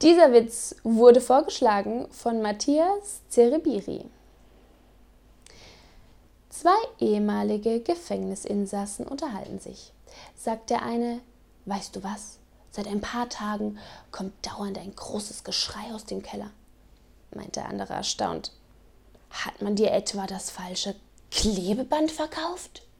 Dieser Witz wurde vorgeschlagen von Matthias Zerebiri. 2 ehemalige Gefängnisinsassen unterhalten sich. Sagt der eine: Weißt du was? Seit ein paar Tagen kommt dauernd ein großes Geschrei aus dem Keller. Meint der andere erstaunt: Hat man dir etwa das falsche Klebeband verkauft?